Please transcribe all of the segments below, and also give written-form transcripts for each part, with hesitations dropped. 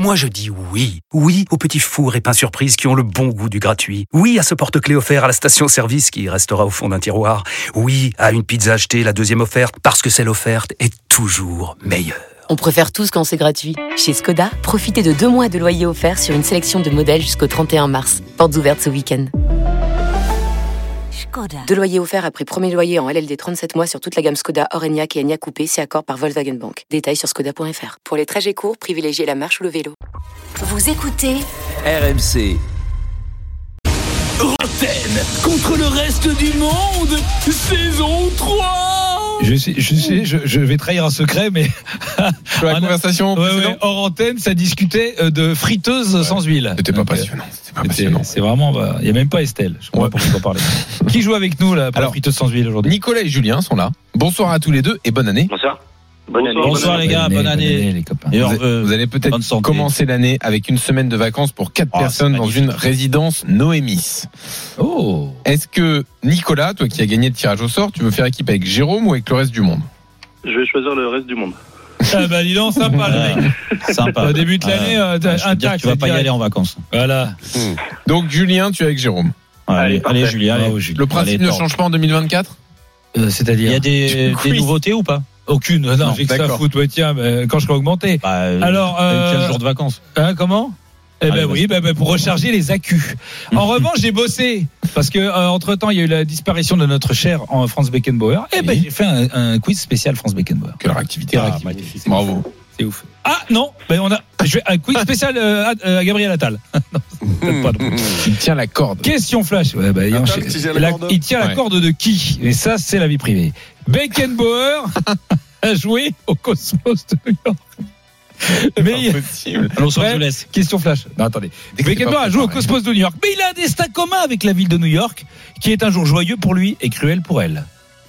Moi je dis oui. Oui aux petits fours et pains surprises qui ont le bon goût du gratuit. Oui à ce porte-clés offert à la station-service qui restera au fond d'un tiroir. Oui à une pizza achetée, la deuxième offerte, parce que celle offerte est toujours meilleure. On préfère tous quand c'est gratuit. Chez Skoda, profitez de 2 mois de loyer offert sur une sélection de modèles jusqu'au 31 mars. Portes ouvertes ce week-end. 2 loyers offerts après premier loyer en LLD 37 mois sur toute la gamme Skoda, Orenia et Enyaq Coupé, c'est accord par Volkswagen Bank. Détails sur skoda.fr. Pour les trajets courts, privilégiez la marche ou le vélo. Vous écoutez RMC. Roten contre le reste du monde, saison 3. Je vais trahir un secret, mais sur la conversation hors antenne, ça discutait de friteuses sans huile. C'était pas passionnant. C'est vraiment, il y a même pas Estelle. Je comprends pas pourquoi parler. Qui joue avec nous là pour la friteuse sans huile aujourd'hui? Nicolas et Julien sont là. Bonsoir à tous les deux et bonne année. Bonsoir. Bonsoir les gars, bonne année les copains. Et vous allez peut-être commencer l'année avec une semaine de vacances pour 4 personnes dans une résidence Noémis. Oh. Est-ce que Nicolas, toi qui as gagné le tirage au sort, tu veux faire équipe avec Jérôme ou avec le reste du monde? Je vais choisir le reste du monde. Ah bah dis donc, sympa le mec. Sympa. Au début de l'année, intact. Tu vas pas y aller en vacances. Voilà. Donc Julien, tu es avec Jérôme. Allez Julien. Le principe ne change pas en 2024? C'est-à-dire, il y a des nouveautés ou pas? Aucune. Non, j'ai que ça à foutre. Ouais, tiens, quand je serai augmenté. Alors, 15 jours de vacances. Comment? Oui, pour recharger les accus. En revanche, j'ai bossé parce que entre temps, il y a eu la disparition de notre cher Franz Beckenbauer. J'ai fait un quiz spécial Franz Beckenbauer. Quelle réactivité! Magnifique. Bravo. C'est ouf. Ah non, je fais un quiz spécial à Gabriel Attal. Non, il tient la corde. Question flash. Il tient la corde de qui? Et ça, c'est la vie privée. Beckenbauer a joué au Cosmos de New York. Mais impossible. Los Angeles. Question flash. Non, attendez. Beckenbauer a joué au Cosmos de New York, mais il a un destin commun avec la ville de New York, qui est un jour joyeux pour lui et cruel pour elle.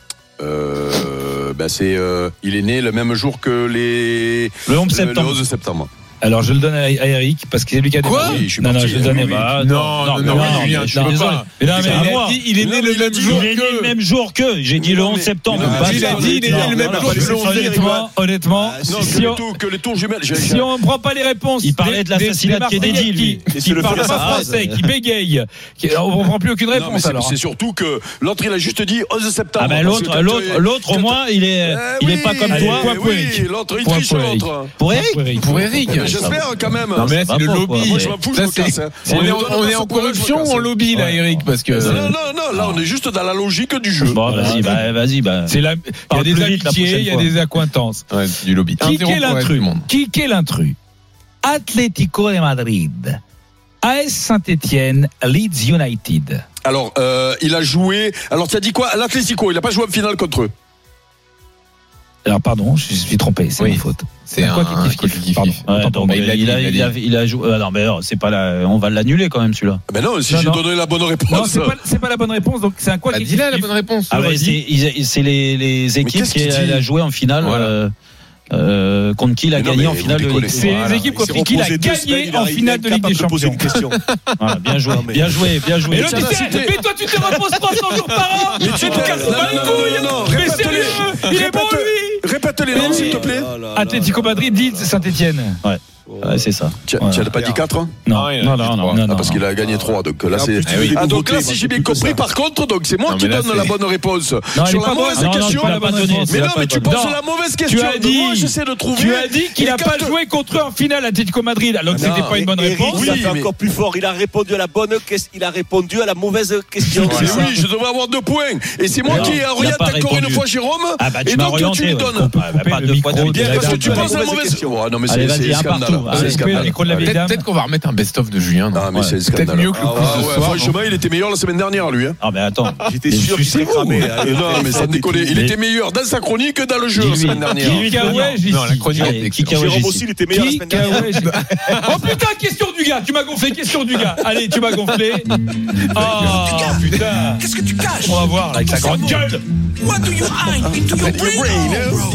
Il est né le même jour que le 11 septembre. Le 11 septembre. Alors je le donne à Eric parce que c'est lui qui a dit. Oui, je le donne à Julien, je peux pas. Il est né le même jour. Il est né le même jour que. J'ai dit le 11 septembre. Il a dit il est né le même jour que le 11 septembre. Honnêtement, que les tours jumelles. Si on ne prend pas les réponses, il parlait de l'assassinat de Kennedy, lui. Qui parle pas français, qui bégaye, on ne prend plus aucune réponse. Alors c'est surtout que l'autre il a juste dit 11 septembre. Ah ben l'autre au moins il est pas comme toi. Oui, l'autre il triche l'autre. Pour Eric. J'espère quand même. Non mais là c'est le lobby. Moi je m'en fous, je me casse. On est en corruption ou en lobby là, Eric, parce que. Non, là on est juste dans la logique du jeu. Bon, vas-y. Il y a des amitiés, il y a des accointances. Ouais, du lobby. Qui est l'intrus? Atlético de Madrid, AS Saint-Etienne, Leeds United. Alors il a joué. Alors tu as dit quoi? L'Atlético, il n'a pas joué en finale contre eux. Alors pardon, je suis trompé, c'est ma faute. C'est un kiff. Il a joué. Non mais c'est pas on va l'annuler quand même celui-là. Mais non, si j'ai donné la bonne réponse. Non, c'est pas la bonne réponse, donc c'est un quoi? Dis-la la bonne réponse. Ah ouais, c'est les équipes qui a joué en finale. Contre qui il a gagné en finale de Ligue. C'est les équipes contre qui il a gagné en finale de Ligue des Champions. Bien joué. Et l'autre mais toi tu te reposes 300 jours par an. Mais tu te casses pas les couilles. Mais sérieux, il est bon lui. Répète les noms s'il te plaît. Atlético Madrid, Leeds, Saint-Etienne. Ouais, c'est ça. Tu n'avais pas dit 4 hein? Non. Parce qu'il a gagné 3. Donc là, c'est. Donc là, si j'ai bien compris, par contre, donc c'est moi qui donne la bonne réponse. Sur la mauvaise question. Mais non, mais tu poses la mauvaise question. Moi, j'essaie de trouver. Tu as dit qu'il n'a pas joué contre eux en finale Atlético Madrid, alors que c'était pas une bonne réponse. Ça fait encore plus fort. Il a répondu à la bonne question. Il a répondu à la mauvaise question. Oui, je devrais avoir 2 points. Et c'est moi qui oriente encore une fois Jérôme. Et donc tu lui donnes. Parce que tu penses à la mauvaise question. Non, mais c'est scandaleux. Peut-être qu'on va remettre un best-of de Julien. Non, mais c'est peut-être mieux que le quiz de soir. Franchement, il était meilleur la semaine dernière, lui. Ah, mais attends. J'étais sûr qu'il serait cramé. Non, mais ça décollait. Il était meilleur dans sa chronique que dans le jeu la semaine dernière. Non, la chronique. Jérôme aussi, il était meilleur la semaine dernière. Oh putain, question du gars. Tu m'as gonflé, question du gars. Allez, tu m'as gonflé. Oh putain. Qu'est-ce que tu caches? On va voir avec sa grande gueule. What do you hide into your brain?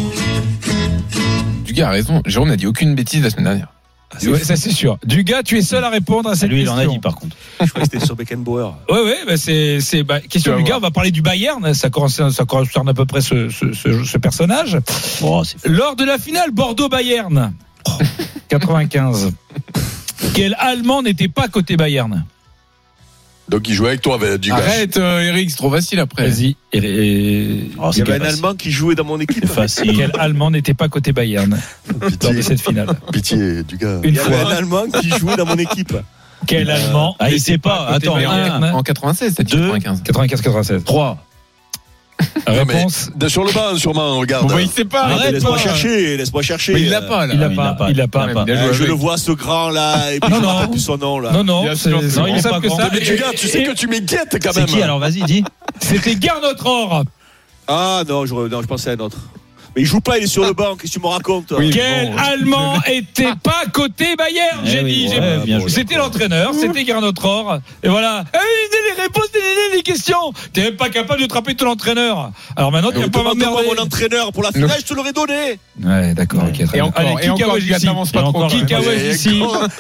Du gars a raison. Jérôme n'a dit aucune bêtise la semaine dernière. Ouais, ça c'est sûr. Du gars, tu es seul à répondre à cette question. Lui, il en a dit par contre. Je crois que c'était sur Beckenbauer. Ouais, c'est question du gars. On va parler du Bayern. Ça concerne à peu près ce personnage. Lors de la finale Bordeaux-Bayern 95, Quel Allemand n'était pas côté Bayern? Donc il jouait avec toi avec du gars. Arrête Eric, c'est trop facile après. Vas-y. Il y avait un Allemand qui jouait dans mon équipe. Facile. Quel Allemand n'était pas côté Bayern lors de cette finale? Pitié du gars. Il y avait un Allemand qui jouait dans mon équipe. Quel Allemand? Il sait pas. Attends, en 96, c'est 95. 95-96. 3. Réponse. Sur le banc, sûrement, regarde. Il sait pas. Arrête, laisse-moi chercher. Mais il l'a pas, là. Il l'a pas. Je le vois, ce grand là, et puis je me rappelle plus son nom là. Non, il est pas que ça. Mais du gars, tu sais que tu m'inquiètes quand même. C'est qui alors? Vas-y, dis. C'était Gernot Rohr. Ah non, je pensais à un autre. Mais il joue pas, il est sur le banc, qu'est-ce que tu me racontes? Quel Allemand était pas côté Bayern? J'ai dit. C'était l'entraîneur, c'était Gernot Rohr. Et voilà. Les réponses, les questions. T'es même pas capable de trapper ton entraîneur. Alors maintenant, tu vas pas m'emmerder. Mon entraîneur pour la finale, je te l'aurais donné. Ouais, d'accord. Ok, très bien. Et encore, tu n'avances pas trop. Kikawaj ici.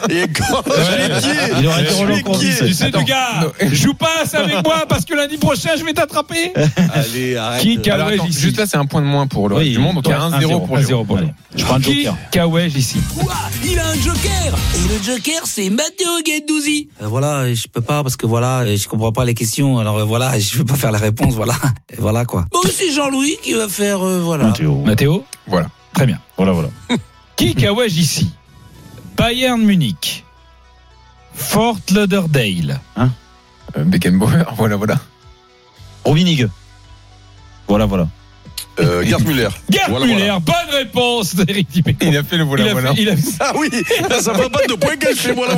Il aurait été Roland Courbis. Tu sais, du gars, joue pas ça avec moi parce que lundi prochain, je vais t'attraper. Allez, arrête. Kikawaj ici. Juste là, c'est un point de moins pour le reste du monde. Donc il y a 1-0 pour Lyon. Je prends un joker. Kikawaj ici. Il a un joker. Et le joker, c'est Matteo Guendouzi. Voilà, je peux pas parce que voilà, je comprends pas les questions. Alors voilà, je peux pas faire la réponse. Voilà, et voilà quoi. Oh, c'est Jean-Louis qui va faire voilà. Mathéo. Voilà. Très bien. Voilà. Kikawaj ici. Bayern Munich. Fort Lauderdale. Beckenbauer. Voilà. Rummenigge. Voilà. Gerd Müller. Müller, bonne réponse d'Éric Dibé. Il a fait le voilà. Ah oui, ça va pas de points qu'elle fait voilà.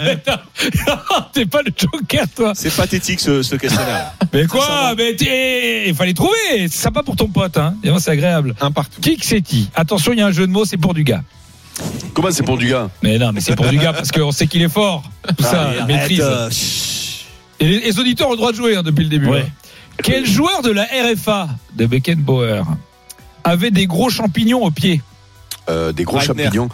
T'es pas le joker, toi. C'est pathétique ce questionnaire. Mais quoi? Mais il fallait trouver. C'est sympa pour ton pote, hein. Et moi, c'est agréable. Un partout. Kiksetti. Attention, il y a un jeu de mots, c'est pour du gars. Comment c'est pour du gars? Mais non, mais c'est pour du gars parce qu'on sait qu'il est fort. Tout ça, il maîtrise. Et les auditeurs ont le droit de jouer depuis le début. Ouais. Quel joueur de la RFA de Beckenbauer avait des gros champignons aux pieds? Des gros champignons.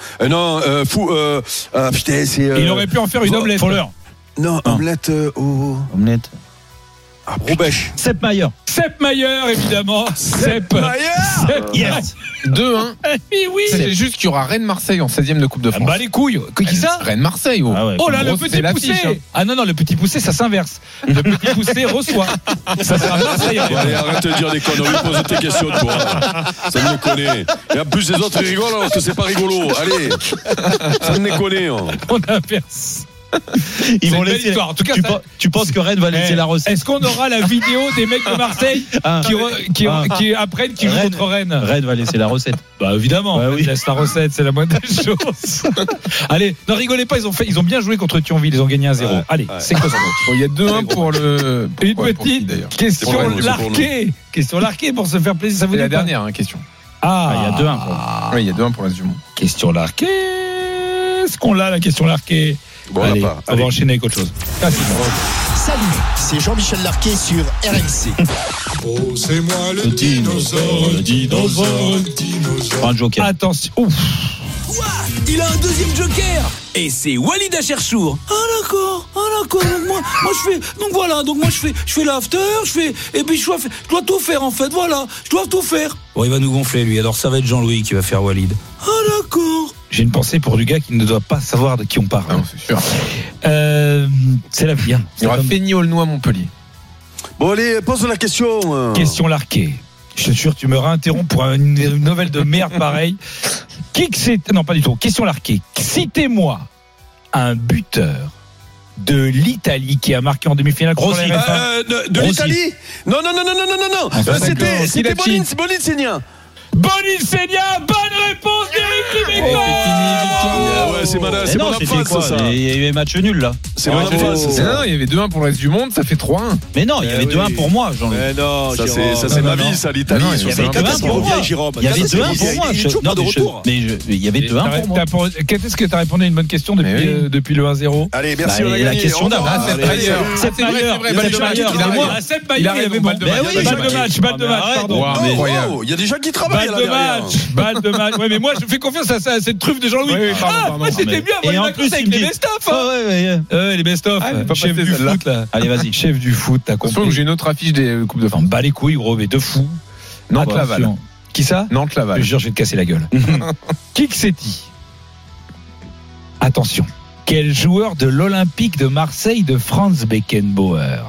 Putain, c'est. Il aurait pu en faire une omelette. Non, omelette. Omelette. Roubèche. Sepp Maier, évidemment. Sepp Maier. Yes. 2-1. Oui. C'est juste qu'il y aura Rennes-Marseille en 16e de Coupe de France. Bah les couilles. Qui ça? Rennes-Marseille. Oh là, le petit poussé. Ah non, le petit poussé, ça s'inverse. Le petit poussé reçoit. Ça sera Marseille. Allez, arrête de dire des conneries, pose tes questions, toi. Ça me déconne. Et en plus, les autres, ils rigolent alors que c'est pas rigolo. Allez, ça me déconne. On inverse. Ils vont laisser. En tout cas, tu penses que Rennes va laisser la recette? Est-ce qu'on aura la vidéo des mecs de Marseille qui apprennent qu'ils jouent contre Rennes? Rennes va laisser la recette. Bah évidemment, bah, oui. laisse la recette, c'est la moindre des choses. Allez, ne rigolez pas, ils ont bien joué contre Thionville, ils ont gagné 1-0. Allez, c'est quoi ça? Il y a 2-1 pour le. Une petite question larquée. Question larquée pour se faire plaisir. Ça vous dit la dernière question. Il y a 2-1. Oui, il y a 2-1 pour le reste du monde. Question larquée. Est-ce qu'on l'a la question larquée? Bon, allez, on va enchaîner avec autre chose. Salut, c'est Jean-Michel Larquet sur RMC. Oh, c'est moi le dinosaure. Prends un joker. Attention. Ouah, il a un deuxième joker. Et c'est Walid Acharchour. Ah d'accord. Donc moi je fais. Donc voilà. Donc moi je fais l'after. Et puis je dois tout faire en fait. Voilà. Je dois tout faire. Bon, il va nous gonfler lui. Alors ça va être Jean-Louis qui va faire Walid. Ah d'accord. J'ai une pensée pour du gars qui ne doit pas savoir de qui on parle. Non, c'est sûr. C'est la vie. Il y aura Peigny-Aulnois Montpellier. Bon allez, pose la question. Question larquée. Je te jure, tu me réinterromps pour une nouvelle de merde pareille. Non, pas du tout. Question larquée. Citez-moi un buteur de l'Italie qui a marqué en demi-finale contre la RFA. De l'Italie? Non. C'était Boninsegna. Boninsegna, bonne réponse d'Éric Dimeco. C'est mon enfance, ça. Il y avait match nul là. C'est mon enfance, ça. Non, il y avait 2-1 pour le reste du monde, ça fait 3-1. Mais non, il y avait 2-1 pour moi, Jean-Louis. Mais non, ça c'est ma vie, ça, l'Italie. Il y avait 2-1 pour moi. Il y avait 2-1 pour moi. Mais il y avait 2-1 pour moi. Qu'est-ce que tu as répondu à une bonne question depuis le 1-0? Allez, merci. La question d'avant. C'est vrai. Il avait balle de match, pardon. Il y a des gens qui travaillent là derrière. Balle de match. Ouais, mais moi je fais confiance à cette truffe de Jean-Louis. C'était bien. Et en plus, avec les best-of. Les best-of. Chef du foot là. Allez, vas-y. Chef du foot, t'as compris. J'ai une autre affiche des Coupes de France. Bah les couilles, gros, mais de fou. Nantes-Laval. Qui ça? Nantes-Laval. Je jure, je vais te casser la gueule. Kiksetti. Attention. Quel joueur de l'Olympique de Marseille de Franz Beckenbauer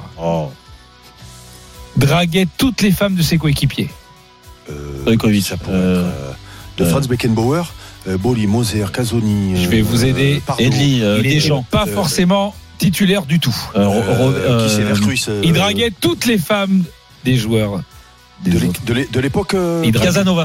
draguait toutes les femmes de ses coéquipiers? De Franz Beckenbauer, Boli, Moser, Casoni. Je vais vous aider. Edli, Deschamps. Pas forcément titulaire du tout. Qui c'est Vercruis Il draguait toutes les femmes des joueurs. De l'époque. Casanova.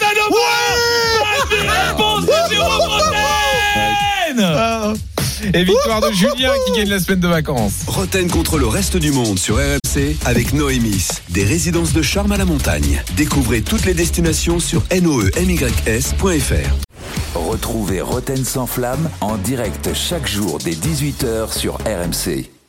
Réponse de Jérôme Rotten. Et victoire de Julien qui gagne la semaine de vacances. Roten contre le reste du monde sur RMC avec Noémis. Des résidences de charme à la montagne. Découvrez toutes les destinations sur noemys.fr. Retrouvez Roten sans flamme en direct chaque jour dès 18h sur RMC.